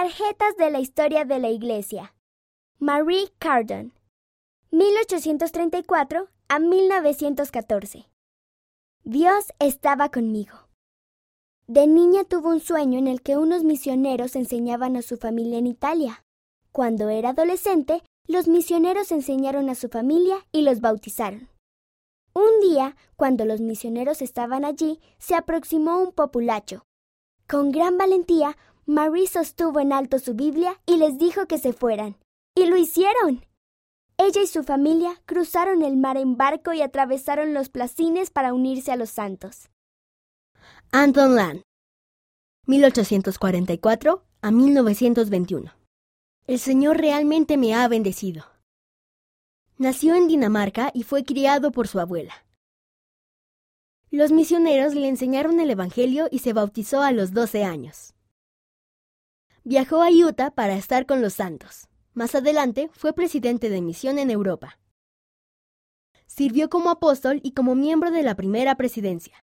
Tarjetas de la historia de la Iglesia. Marie Cardon, 1834 a 1914. Dios estaba conmigo. De niña tuvo un sueño en el que unos misioneros enseñaban a su familia en Italia. Cuando era adolescente, los misioneros enseñaron a su familia y los bautizaron. Un día, cuando los misioneros estaban allí, se aproximó un populacho. Con gran valentía, Marie sostuvo en alto su Biblia y les dijo que se fueran. ¡Y lo hicieron! Ella y su familia cruzaron el mar en barco y atravesaron los placines para unirse a los santos. Anton Land, 1844 a 1921. El Señor realmente me ha bendecido. Nació en Dinamarca y fue criado por su abuela. Los misioneros le enseñaron el Evangelio y se bautizó a los 12 años. Viajó a Utah para estar con los santos. Más adelante fue presidente de misión en Europa. Sirvió como apóstol y como miembro de la primera presidencia.